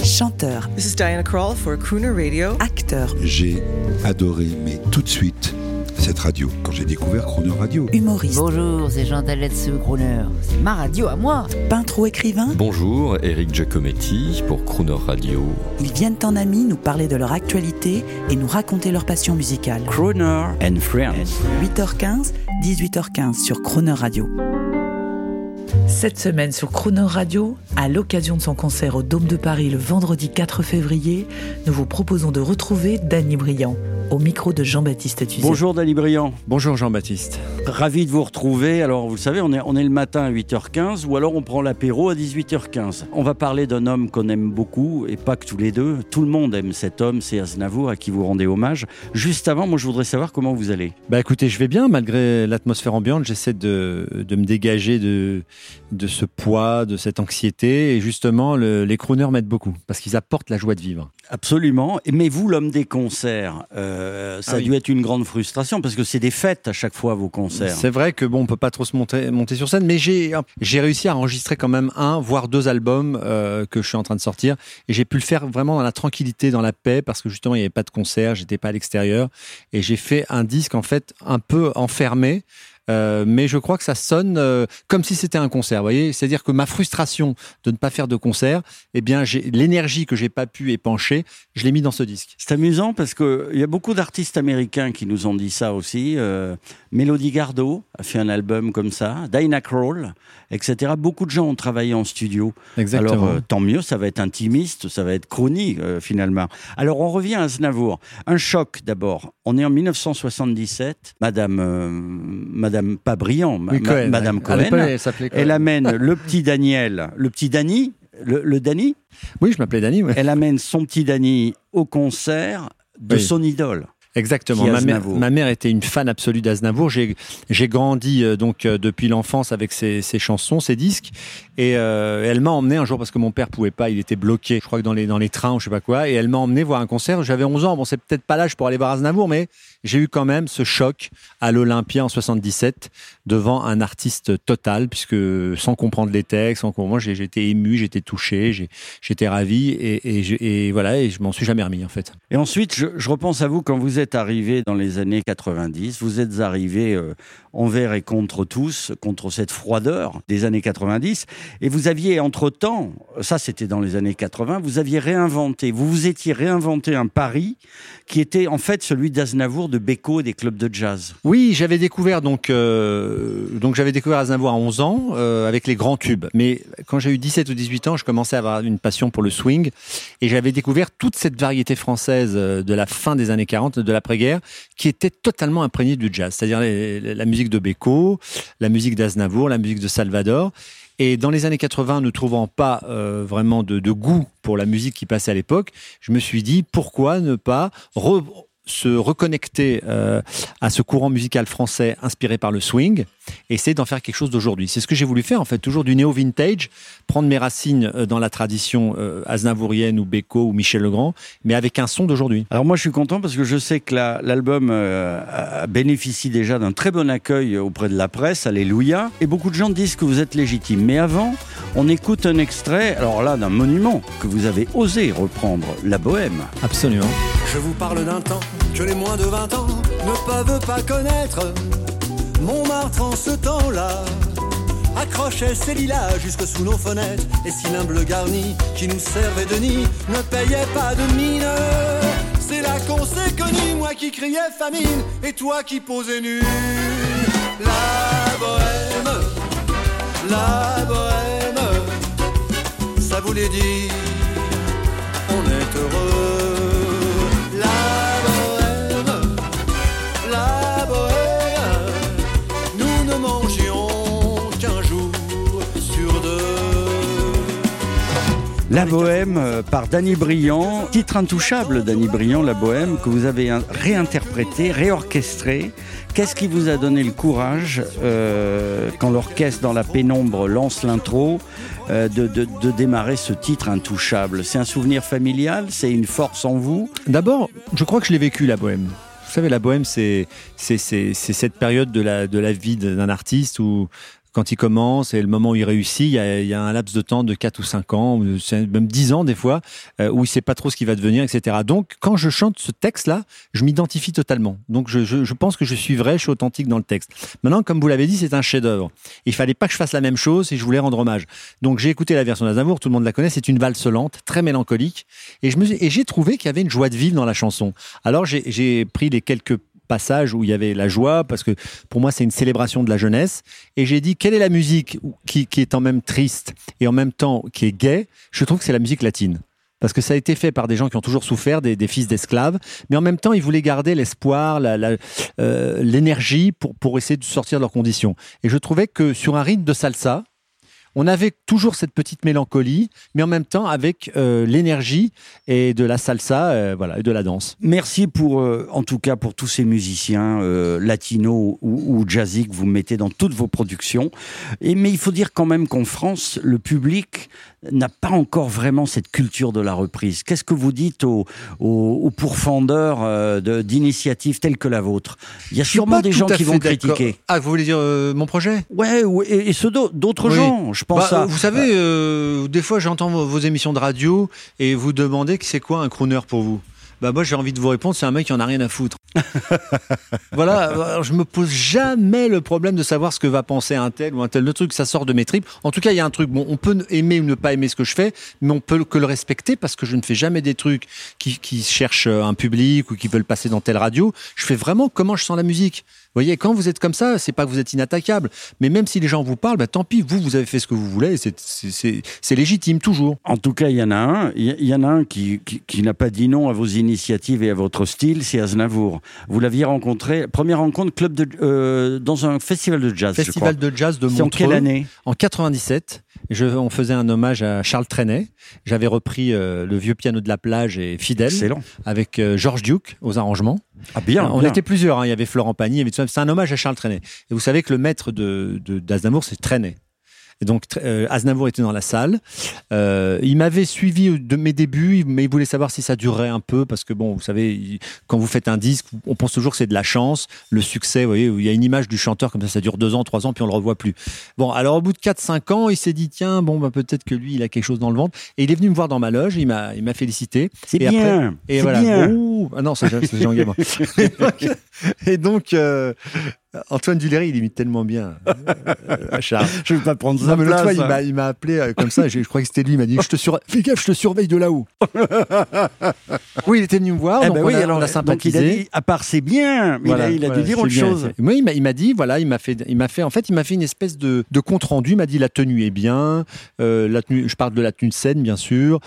chanteur. This is Diana Krall for Crooner Radio. Acteur. J'ai adoré, mais tout de suite, cette radio, quand j'ai découvert Crooner Radio. Humoriste. Bonjour, c'est Jean Daletsu, Crooner. C'est ma radio à moi. Peintre ou écrivain. Bonjour, Eric Giacometti pour Crooner Radio. Ils viennent en amis nous parler de leur actualité et nous raconter leur passion musicale. Crooner and Friends. 8h15, 18h15 sur Crooner Radio. Cette semaine sur Crooner Radio, à l'occasion de son concert au Dôme de Paris le vendredi 4 février, nous vous proposons de retrouver Danny Briand, au micro de Jean-Baptiste Tuzet. Bonjour Danny Briand. Bonjour Jean-Baptiste. Ravi de vous retrouver. Alors vous le savez, on est le matin à 8h15 ou alors on prend l'apéro à 18h15. On va parler d'un homme qu'on aime beaucoup et pas que tous les deux. Tout le monde aime cet homme, c'est Aznavour à qui vous rendez hommage. Juste avant, moi je voudrais savoir comment vous allez. Écoutez, je vais bien malgré l'atmosphère ambiante. J'essaie de me dégager de ce poids, de cette anxiété. Et justement, les crooners m'aident beaucoup parce qu'ils apportent la joie de vivre. Absolument. Mais vous, l'homme des concerts, ça a dû être une grande frustration parce que c'est des fêtes à chaque fois vos concerts. C'est vrai que on peut pas trop se monter sur scène, mais j'ai réussi à enregistrer quand même 1 voire 2 albums que je suis en train de sortir et j'ai pu le faire vraiment dans la tranquillité, dans la paix parce que justement il n'y avait pas de concert, j'étais pas à l'extérieur et j'ai fait un disque en fait un peu enfermé. Mais je crois que ça sonne comme si c'était un concert, vous voyez. C'est-à-dire que ma frustration de ne pas faire de concert, eh bien, l'énergie que j'ai pas pu épancher, je l'ai mis dans ce disque. C'est amusant parce que il y a beaucoup d'artistes américains qui nous ont dit ça aussi. Melody Gardot a fait un album comme ça, Diana Krall, etc. Beaucoup de gens ont travaillé en studio. Exactement. Alors tant mieux, ça va être intimiste, ça va être chronique finalement. Alors on revient à Aznavour. Un choc d'abord. On est en 1977. Madame pas Briand, Madame Cohen, elle amène le petit Daniel, le petit Danny, le Danny. Oui, je m'appelais Danny. Ouais. Elle amène son petit Danny au concert de son idole. Exactement. Ma mère était une fan absolue d'Aznavour. J'ai grandi depuis l'enfance avec ses chansons, ses disques. Et elle m'a emmené un jour parce que mon père pouvait pas, il était bloqué, je crois que dans les trains ou je sais pas quoi. Et elle m'a emmené voir un concert. J'avais 11 ans. Bon, c'est peut-être pas l'âge pour aller voir Aznavour, mais j'ai eu quand même ce choc à l'Olympia en 77 devant un artiste total, puisque sans comprendre les textes, moi j'étais ému, j'étais touché, j'étais ravi et voilà, et je m'en suis jamais remis en fait. Et ensuite, je repense à vous quand vous êtes arrivé dans les années 90. Vous êtes arrivé envers et contre tous, contre cette froideur des années 90. Et vous aviez entre-temps, ça c'était dans les années 80, vous vous étiez réinventé un pari qui était en fait celui d'Aznavour, de Beko et des clubs de jazz. Oui, j'avais découvert j'avais découvert Aznavour à 11 ans avec les grands tubes. Mais quand j'ai eu 17 ou 18 ans, je commençais à avoir une passion pour le swing et j'avais découvert toute cette variété française de la fin des années 40, de l'après-guerre, qui était totalement imprégnée du jazz. C'est-à-dire la musique de Beko, la musique d'Aznavour, la musique de Salvador. Et dans les années 80, ne trouvant pas vraiment de goût pour la musique qui passait à l'époque, je me suis dit, pourquoi ne pas se reconnecter à ce courant musical français inspiré par le swing et essayer d'en faire quelque chose d'aujourd'hui. C'est ce que j'ai voulu faire, en fait, toujours du néo-vintage, prendre mes racines dans la tradition aznavourienne ou Beko ou Michel Legrand, mais avec un son d'aujourd'hui. Alors moi, je suis content parce que je sais que l'album bénéficie déjà d'un très bon accueil auprès de la presse, alléluia, et beaucoup de gens disent que vous êtes légitime. Mais avant, on écoute un extrait, alors là, d'un monument que vous avez osé reprendre, La Bohème. Absolument. Je vous parle d'un temps que les moins de 20 ans ne peuvent pas connaître. Montmartre en ce temps-là accrochait ses lilas jusque sous nos fenêtres. Et si l'humble garni qui nous servait de nid ne payait pas de mine, c'est là qu'on s'est connus, moi qui criais famine et toi qui posais nu. La bohème, ça voulait dire on est heureux. La Bohème par Danny Briand, titre intouchable Danny Briand, La Bohème, que vous avez réinterprété, réorchestré. Qu'est-ce qui vous a donné le courage, quand l'orchestre dans la pénombre lance l'intro, de démarrer ce titre intouchable? C'est un souvenir familial? C'est une force en vous? D'abord, je crois que je l'ai vécu, La Bohème. Vous savez, la bohème, c'est cette période de la vie d'un artiste où quand il commence et le moment où il réussit, il y a un laps de temps de 4 ou 5 ans, même 10 ans des fois, où il sait pas trop ce qu'il va devenir, etc. Donc, quand je chante ce texte-là, je m'identifie totalement. Donc, je pense que je suis vrai, je suis authentique dans le texte. Maintenant, comme vous l'avez dit, c'est un chef-d'œuvre. Il fallait pas que je fasse la même chose et je voulais rendre hommage. Donc, j'ai écouté la version d'Aznavour, tout le monde la connaît, c'est une valse lente, très mélancolique, et j'ai trouvé qu'il y avait une joie de vivre dans la chanson. Alors, j'ai pris les quelques passage où il y avait la joie, parce que pour moi c'est une célébration de la jeunesse, et j'ai dit quelle est la musique qui est en même triste et en même temps qui est gaie. Je trouve que c'est la musique latine, parce que ça a été fait par des gens qui ont toujours souffert, des fils d'esclaves, mais en même temps ils voulaient garder l'espoir, l'énergie pour essayer de sortir de leurs conditions. Et je trouvais que sur un rythme de salsa, on avait toujours cette petite mélancolie, mais en même temps avec l'énergie et de la salsa, et de la danse. Merci en tout cas pour tous ces musiciens latinos ou jazzy que vous mettez dans toutes vos productions. Mais il faut dire quand même qu'en France, le public n'a pas encore vraiment cette culture de la reprise. Qu'est-ce que vous dites aux pourfendeurs d'initiatives telles que la vôtre? Il y a sûrement des gens qui vont critiquer. Ah, vous voulez dire mon projet? Ouais, et ceux d'autres gens. Je pense vous savez, des fois j'entends vos émissions de radio et vous demandez que c'est quoi un crooner pour vous. Moi j'ai envie de vous répondre, c'est un mec qui en a rien à foutre. Voilà, alors, je me pose jamais le problème de savoir ce que va penser un tel ou un tel. Le truc, ça sort de mes tripes. En tout cas, il y a un truc, on peut aimer ou ne pas aimer ce que je fais, mais on peut que le respecter, parce que je ne fais jamais des trucs qui cherchent un public ou qui veulent passer dans telle radio. Je fais vraiment comment je sens la musique. Vous voyez, quand vous êtes comme ça, c'est pas que vous êtes inattaquable, mais même si les gens vous parlent, tant pis, vous avez fait ce que vous voulez, c'est légitime, toujours. En tout cas, il y en a un qui n'a pas dit non à vos initiatives et à votre style, c'est Aznavour. Vous l'aviez rencontré, première rencontre dans un festival de jazz, Festival de jazz de Montreux. C'est en quelle année? En 97. On faisait un hommage à Charles Trenet. J'avais repris le vieux piano de la plage et Fidèle. Excellent. Avec Georges Duke aux arrangements. Ah bien. On était plusieurs, il y avait Florent Pagny, c'est un hommage à Charles Trenet. Et vous savez que le maître d'Aznavour, c'est Trenet. Et donc Aznavour était dans la salle. Il m'avait suivi de mes débuts, mais il voulait savoir si ça durerait un peu, parce que vous savez, quand vous faites un disque, on pense toujours que c'est de la chance, le succès. Vous voyez, il y a une image du chanteur comme ça dure 2 ans, 3 ans, puis on le revoit plus. Bon, alors au bout de 4-5 ans, il s'est dit tiens, peut-être que lui, il a quelque chose dans le ventre. Et il est venu me voir dans ma loge, il m'a félicité. C'est bien. Et voilà. Bien. Ah non, c'est Jean Gabin. Et donc Antoine Duléry, il imite tellement bien Charles. Je ne vais pas prendre ça. Mais l'autre fois, il m'a appelé comme ça, je crois que c'était lui, il m'a dit fais gaffe, je te surveille de là-haut. Oui, il était venu me voir, donc on a sympathisé. Donc il a dit, à part c'est bien, mais il a dû dire autre chose. Oui, il m'a dit, il m'a fait une espèce de compte rendu, il m'a dit la tenue est bien, je parle de la tenue de scène, bien sûr,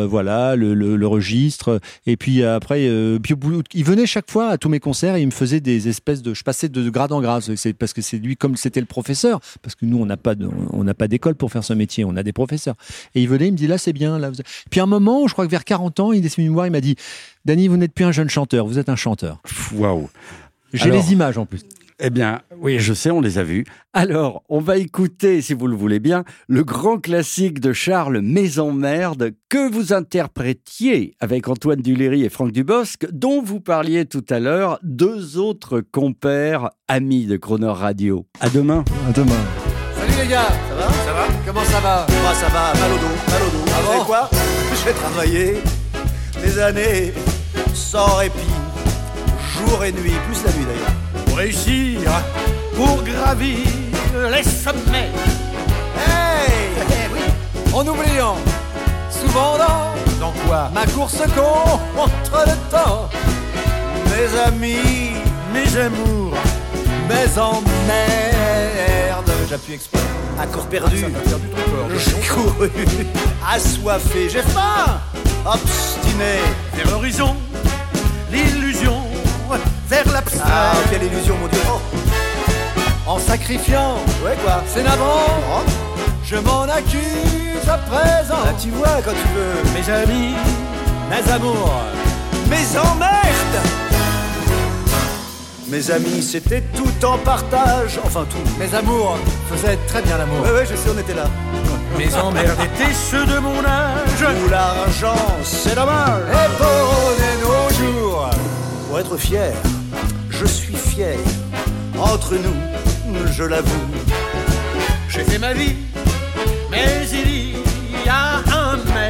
le registre, et puis après, il venait chaque fois à tous mes concerts et il me faisait des espèces je passais de grade en grade, c'est parce que c'est lui, comme c'était le professeur, parce que nous on n'a pas d'école pour faire ce métier, on a des professeurs, et il venait, il me dit là c'est bien, là. Puis à un moment, je crois que vers 40 ans, il est venu me voir, il m'a dit Dany, vous n'êtes plus un jeune chanteur, vous êtes un chanteur. Waouh. J'ai les images en plus. Eh bien, oui, je sais, on les a vus. Alors, on va écouter, si vous le voulez bien, le grand classique de Charles, Mes emmerdes, que vous interprétiez avec Antoine Duléry et Franck Dubosc, dont vous parliez tout à l'heure, 2 autres compères amis de Croner Radio. À demain. À demain. Salut les gars, ça va? Comment ça va? Moi ça va, mal au dos. Ah bon? Vous savez quoi? J'ai travaillé des années sans répit, jour et nuit, plus la nuit d'ailleurs. Pour réussir, pour gravir les sommets. Hey, oui. En oubliant, souvent dans quoi? Ma course contre le temps. Mes amis, mes amours, mes emmerdes. J'appuie exprès. À corps perdu, j'ai couru, assoiffé, j'ai faim, obstiné. Vers l'horizon, l'illusion, vers l'abstrait. Ah, quelle illusion, mon Dieu. Oh. En sacrifiant, ouais quoi, c'est navrant. Oh. Je m'en accuse à présent. Là tu vois quand tu veux. Mes amis, mes amours, mes emmerdes. Mes amis, c'était tout en partage. Enfin tout. Mes amours faisaient très bien l'amour. Ouais, je sais, on était là. Mes emmerdes étaient ceux de mon âge. Où l'argent, c'est dommage. Et nos jours. Pour être fier, je suis fier. Entre nous, je l'avoue. J'ai fait ma vie, mais il y a un mais.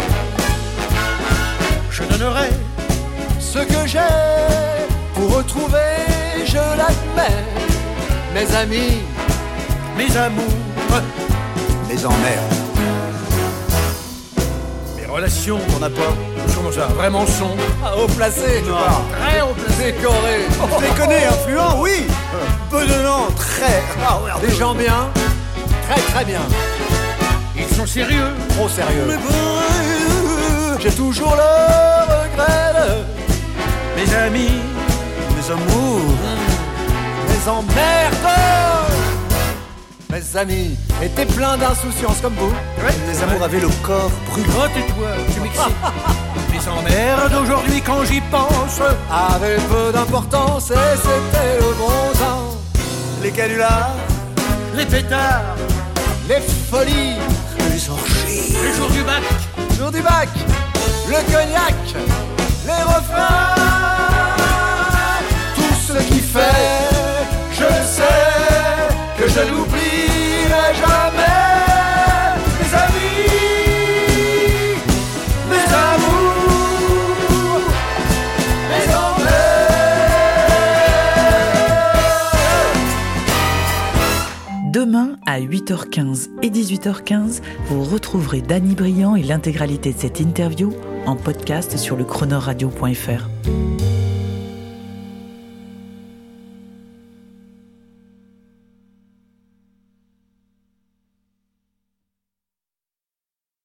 Je donnerai ce que j'ai pour retrouver, je l'admets, mes amis, mes amours, mes emmerdes. Mes relations, on n'a pas. Comment ça, vraiment son. Ah, haut placé, tu vois. Très haut placé. Décoré. Je les connais, influents, oui. Bedonnant, très. Des gens bien, très très bien. Ils sont sérieux. Trop sérieux. Mais bon, j'ai toujours le regret. Mes amis, mes amours, mes emmerdes. Mes amis étaient pleins d'insouciance comme vous. Ouais, les amours avaient le corps brûlant. Oh, tais-toi, tu m'excites. Mes emmerdes aujourd'hui quand j'y pense avaient peu d'importance et c'était le bon temps. Les canulars, les pétards, les folies, les orgies, les jours du bac, le cognac, les refrains, tout ce qui fait, je sais que je n'oublierai jamais mes amis, mes amours, mes emmerdes. Demain, à 8h15 et 18h15, vous retrouverez Dany Briand et l'intégralité de cette interview en podcast sur le chronoradio.fr.